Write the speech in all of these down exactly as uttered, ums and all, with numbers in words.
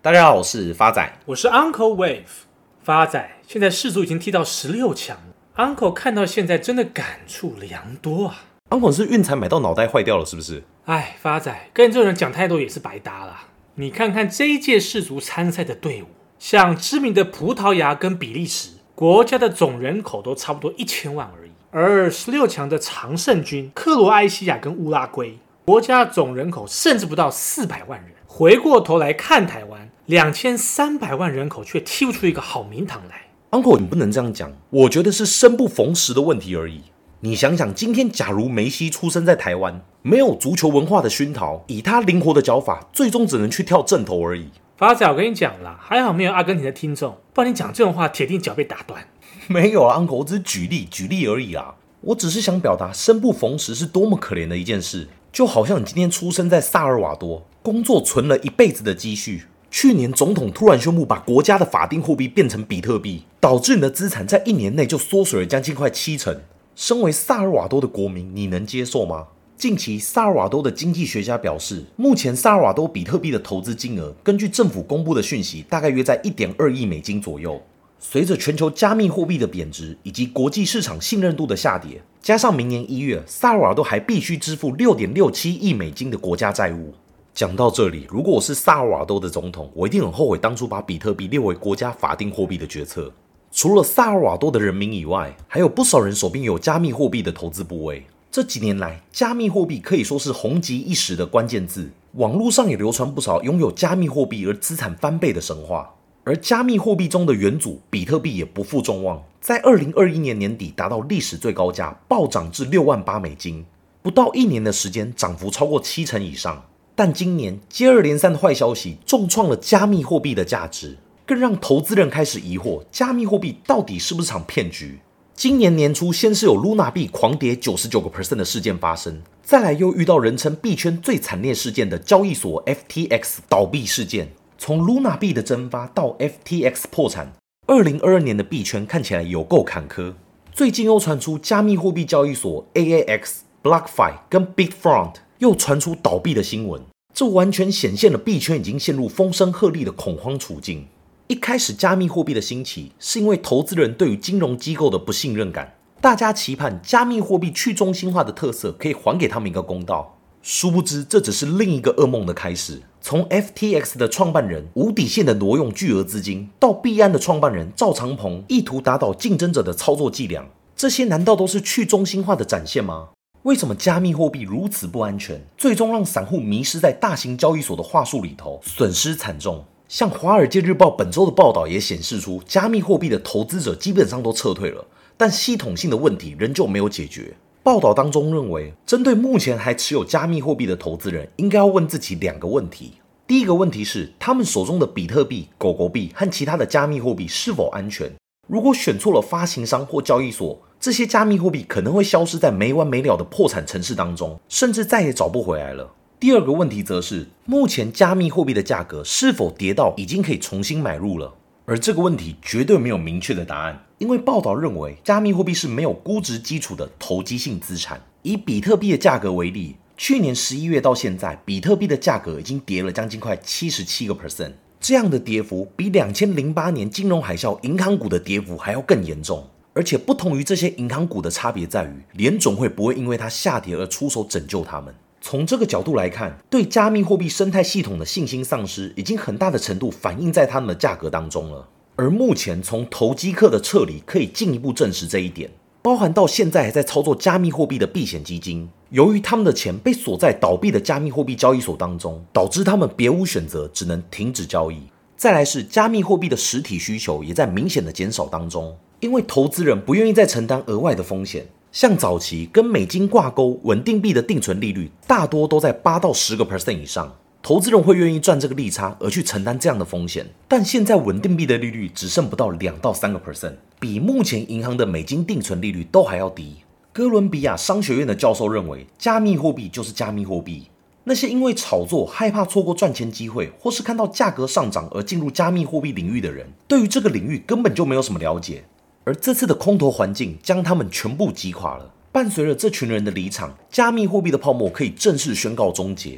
大家好，我是发仔， 我是 Uncle Wave。发仔，现在世足已经踢到十六强了 ，Uncle 看到现在真的感触良多啊。 Uncle 是运彩买到脑袋坏掉了，是不是？ 哎，发仔，跟这种人讲太多也是白搭啦。你看看这一届世足参赛的队伍，像知名的葡萄牙跟比利时，国家的总人口都差不多一千万而已。而十六强的常胜军克罗埃西亚跟乌拉圭，国家总人口甚至不到四百万人。回过头来看台湾，两千三百万人口却踢不出一个好名堂来。 Uncle， 你不能这样讲，我觉得是生不逢时的问题而已。你想想，今天假如梅西出生在台湾，没有足球文化的熏陶，以他灵活的脚法，最终只能去跳正头而已。 发仔，我跟你讲啦，还好没有阿根廷的听众，不然你讲这种话，铁定脚被打断。 没有啊 ，Uncle， 我只是举例举例而已啦。我只是想表达，生不逢时是多么可怜的一件事。就好像你今天出生在萨尔瓦多，工作存了一辈子的积蓄，去年总统突然宣布把国家的法定货币变成比特币，导致你的资产在一年内就缩水了将近快七成。身为萨尔瓦多的国民，你能接受吗？近期萨尔瓦多的经济学家表示，目前萨尔瓦多比特币的投资金额，根据政府公布的讯息，大概约在 一点二亿美金左右。随着全球加密货币的贬值以及国际市场信任度的下跌，加上明年一月萨尔瓦多还必须支付 六点六七亿美金的国家债务。讲到这里，如果我是萨尔瓦多的总统，我一定很后悔当初把比特币列为国家法定货币的决策。除了萨尔瓦多的人民以外，还有不少人手边有加密货币的投资部位。这几年来，加密货币可以说是红极一时的关键字，网络上也流传不少拥有加密货币而资产翻倍的神话。而加密货币中的元祖比特币也不负众望，在二零二一年年底达到历史最高价，暴涨至六万八美金，不到一年的时间，涨幅超过七成以上。但今年接二连三的坏消息重创了加密货币的价值，更让投资人开始疑惑，加密货币到底是不是场骗局？今年年初，先是有 Luna 币狂跌 百分之九十九 的事件发生，再来又遇到人称币圈最惨烈事件的交易所 F T X 倒闭事件。从 Luna 币的蒸发到 F T X 破产，二零二二年的币圈看起来有够坎坷。最近又传出加密货币交易所 A A X、BlockFi 跟 Bitfront 又传出倒闭的新闻，这完全显现了币圈已经陷入风声鹤唳的恐慌处境。一开始加密货币的兴起是因为投资人对于金融机构的不信任感，大家期盼加密货币去中心化的特色可以还给他们一个公道。殊不知，这只是另一个噩梦的开始。从 F T X 的创办人无底线的挪用巨额资金，到币安的创办人赵长鹏意图打倒竞争者的操作伎俩，这些难道都是去中心化的展现吗？为什么加密货币如此不安全，最终让散户迷失在大型交易所的话术里头，损失惨重？像《华尔街日报》本周的报道也显示出，加密货币的投资者基本上都撤退了，但系统性的问题仍旧没有解决。报道当中认为，针对目前还持有加密货币的投资人，应该要问自己两个问题。第一个问题是，他们手中的比特币、狗狗币和其他的加密货币是否安全？如果选错了发行商或交易所，这些加密货币可能会消失在没完没了的破产程式当中，甚至再也找不回来了。第二个问题则是，目前加密货币的价格是否跌到已经可以重新买入了？而这个问题绝对没有明确的答案，因为报道认为加密货币是没有估值基础的投机性资产。以比特币的价格为例，去年十一月到现在，比特币的价格已经跌了将近快 百分之七十七， 这样的跌幅比两千零八年金融海啸银行股的跌幅还要更严重。而且不同于这些银行股的差别在于，联准会不会因为它下跌而出手拯救他们。从这个角度来看，对加密货币生态系统的信心丧失已经很大的程度反映在他们的价格当中了。而目前从投机客的撤离可以进一步证实这一点，包含到现在还在操作加密货币的避险基金，由于他们的钱被锁在倒闭的加密货币交易所当中，导致他们别无选择，只能停止交易。再来是加密货币的实体需求也在明显的减少当中，因为投资人不愿意再承担额外的风险。像早期跟美金挂钩稳定币的定存利率大多都在 百分之八到十 以上，投资人会愿意赚这个利差而去承担这样的风险。但现在稳定币的利率只剩不到 百分之二到三， 比目前银行的美金定存利率都还要低。哥伦比亚商学院的教授认为，加密货币就是加密货币，那些因为炒作害怕错过赚钱机会，或是看到价格上涨而进入加密货币领域的人，对于这个领域根本就没有什么了解。而这次的空头环境将他们全部击垮了。伴随着这群人的离场，加密货币的泡沫可以正式宣告终结。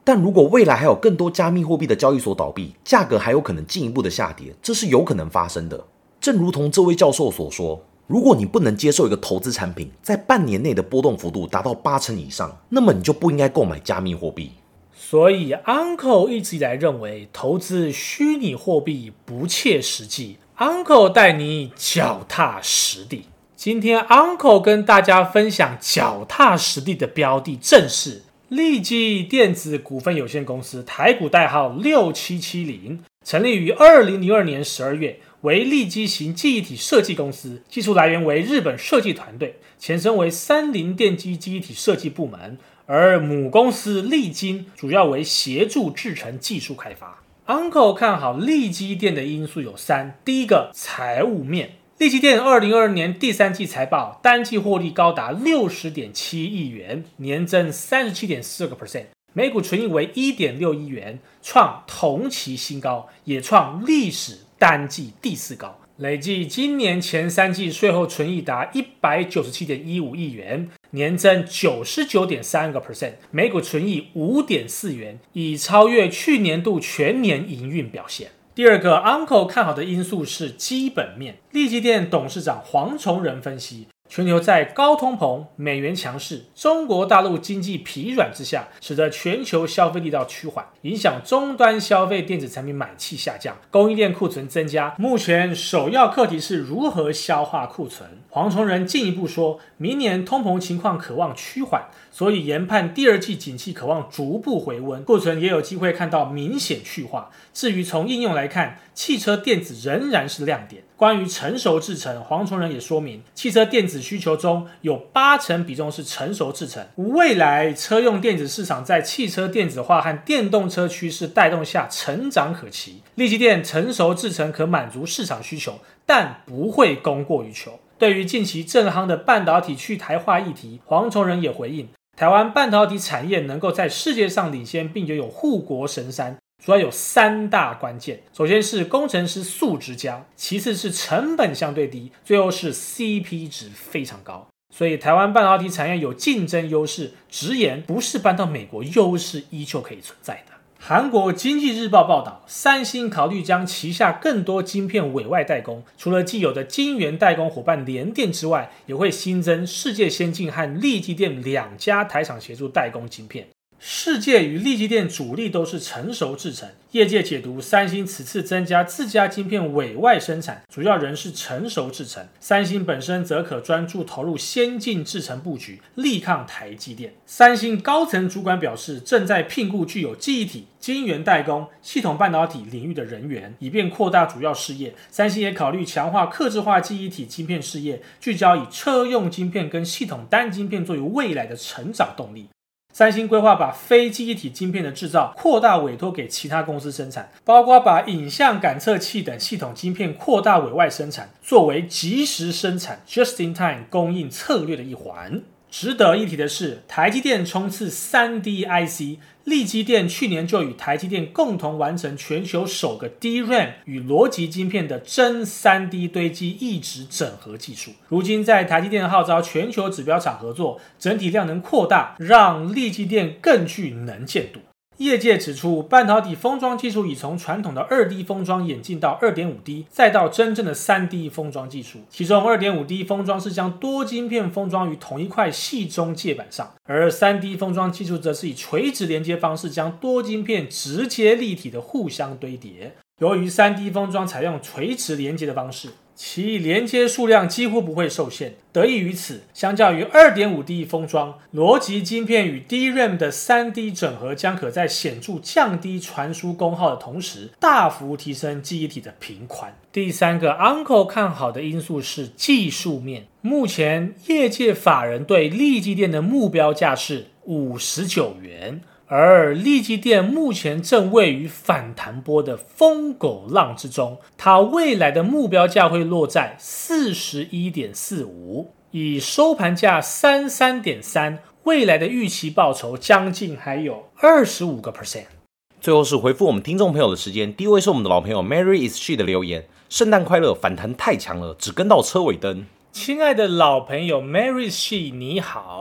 但如果未来还有更多加密货币的交易所倒闭，价格还有可能进一步的下跌，这是有可能发生的。正如同这位教授所说，如果你不能接受一个投资产品在半年内的波动幅度达到八成以上，那么你就不应该购买加密货币。 所以 Uncle 一直以来认为投资虚拟货币不切实际， Uncle 带你脚踏实地。今天 Uncle 跟大家分享脚踏实地的标的正是利基电子股份有限公司，台股代号六七七零，成立于二零零二年十二月，为利基型记忆体设计公司，技术来源为日本设计团队，前身为三菱电机记忆体设计部门，而母公司利晶主要为协助制程技术开发。Uncle 看好利基电的因素有三，第一个，财务面。利基电二零二二年第三季财报单季获利高达 六十点七亿元，年增 百分之三十七点四二， 每股纯益为 一点六亿元，创同期新高，也创历史单季第四高。累计今年前三季税后纯益达 一百九十七点一五亿元，年增 百分之九十九点三二， 每股纯益 五点四元，已超越去年度全年营运表现。第二个 Uncle 看好的因素是基本面。利基电董事长黄崇仁分析，全球在高通膨、美元强势、中国大陆经济疲软之下，使得全球消费力道趋缓，影响终端消费电子产品买气下降，供应链库存增加。目前首要课题是如何消化库存。黄崇仁进一步说，明年通膨情况可望趋缓，所以研判第二季景气可望逐步回温，库存也有机会看到明显去化。至于从应用来看，汽车电子仍然是亮点。关于成熟制程，黄崇仁也说明，汽车电子需求中有八成比重是成熟制程，未来车用电子市场在汽车电子化和电动车趋势带动下成长可期。利基电成熟制程可满足市场需求，但不会供过于求。对于近期正夯的半导体去台化议题，黄崇仁也回应，台湾半导体产业能够在世界上领先并拥有护国神山，主要有三大关键，首先是工程师素质佳，其次是成本相对低，最后是 C P 值非常高。所以台湾半导体产业有竞争优势，直言不是搬到美国，优势依旧可以存在的。韩国经济日报报道，三星考虑将旗下更多晶片委外代工，除了既有的晶圆代工伙伴联电之外，也会新增世界先进和利基电两家台厂协助代工晶片。世界与利基电主力都是成熟制程，业界解读三星此次增加自家晶片委外生产，主要仍是成熟制程。三星本身则可专注投入先进制程布局，力抗台积电。三星高层主管表示，正在聘雇具有记忆体、晶圆代工、系统半导体领域的人员，以便扩大主要事业。三星也考虑强化客制化记忆体晶片事业，聚焦以车用晶片跟系统单晶片作为未来的成长动力。三星规划把非记忆体晶片的制造扩大委托给其他公司生产，包括把影像感测器等系统晶片扩大委外生产，作为即时生产 just-in-time 供应策略的一环。值得一提的是，台积电冲刺 三 D I C， 利基电去年就与台积电共同完成全球首个 D RAM 与逻辑晶片的真 三 D 堆积异质整合技术。如今在台积电号召全球指标厂合作，整体量能扩大，让利基电更具能见度。业界指出，半导体封装技术已从传统的 二 D 封装演进到 二点五 D， 再到真正的 三 D 封装技术。其中 二点五 D 封装是将多晶片封装于同一块细中介板上，而 三 D 封装技术则是以垂直连接方式将多晶片直接立体的互相堆叠。由于 三 D 封装采用垂直连接的方式，其连接数量几乎不会受限。得益于此，相较于 二点五 D 封装，逻辑晶片与 D RAM 的 三 D 整合将可在显著降低传输功耗的同时，大幅提升记忆体的频宽。第三个 Uncle 看好的因素是技术面。目前业界法人对利基电的目标价是五十九元，而利基电目前正位于反弹波的疯狗浪之中，它未来的目标价会落在 四十一点四五， 以收盘价 三十三点三， 未来的预期报酬将近还有 百分之二十五。 最后是回复我们听众朋友的时间，第一位是我们的老朋友 Mary is she 的留言，圣诞快乐，反弹太强了，只跟到车尾灯。 亲爱的老朋友 Mary is she 你好，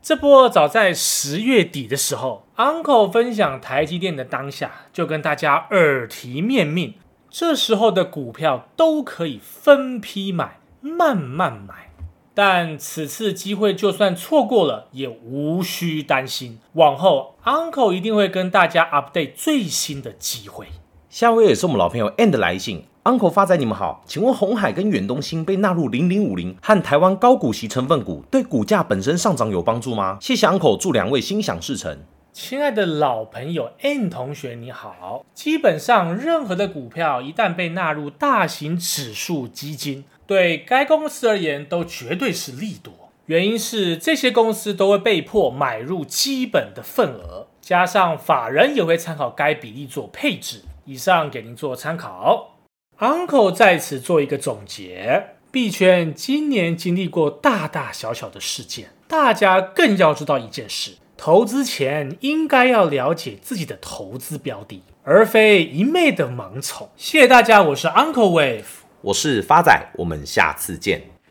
这波早在十月底的时候 ，Uncle 分享台积电的当下，就跟大家耳提面命，这时候的股票都可以分批买，慢慢买。但此次机会就算错过了，也无需担心，往后 Uncle 一定会跟大家 update 最新的机会。 下位也是我们老朋友 N 的来信 ，Uncle 发仔你们好，请问鸿海跟远东新被纳入零零五零和台湾高股息成分股，对股价本身上涨有帮助吗？谢谢 Uncle， 祝两位心想事成。 亲爱的老朋友 N 同学你好，基本上任何的股票一旦被纳入大型指数基金，对该公司而言都绝对是利多。原因是这些公司都会被迫买入基本的份额，加上法人也会参考该比例做配置。以上给您做参考。 Uncle 在此做一个总结，币圈今年经历过大大小小的事件，大家更要知道一件事，投资前应该要了解自己的投资标的，而非一昧的盲从。谢谢大家，我是 Uncle Wave， 我是发仔，我们下次见。